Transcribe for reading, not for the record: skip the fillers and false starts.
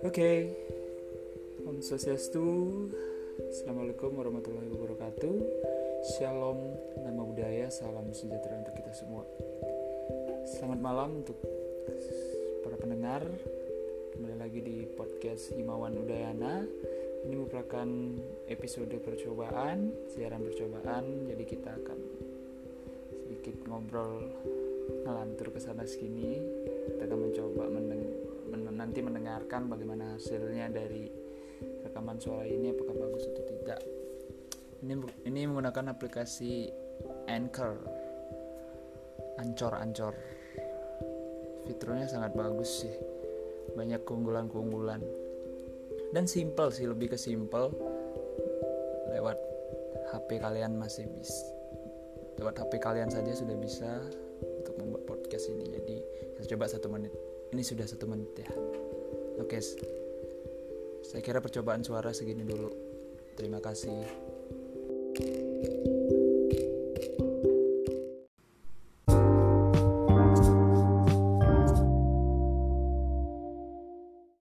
Oke, Om Swastiastu, Assalamualaikum warahmatullahi wabarakatuh. Shalom, nama budaya, salam sejahtera untuk kita semua. Selamat malam untuk para pendengar. Kembali lagi di podcast Himawan Udayana. Ini merupakan episode percobaan, siaran percobaan. Jadi kita akan sedikit ngobrol ngelantur ke sana sini. Kita akan mencoba nanti mendengarkan bagaimana hasilnya dari rekaman suara ini, apakah bagus atau tidak. Ini menggunakan aplikasi Anchor. Fiturnya sangat bagus sih, banyak keunggulan dan simple sih, lebih ke simple. Lewat HP kalian lewat HP kalian saja sudah bisa untuk membuat podcast ini. Jadi kita coba 1 menit. Ini sudah 1 menit ya. Oke, saya kira percobaan suara segini dulu. Terima kasih.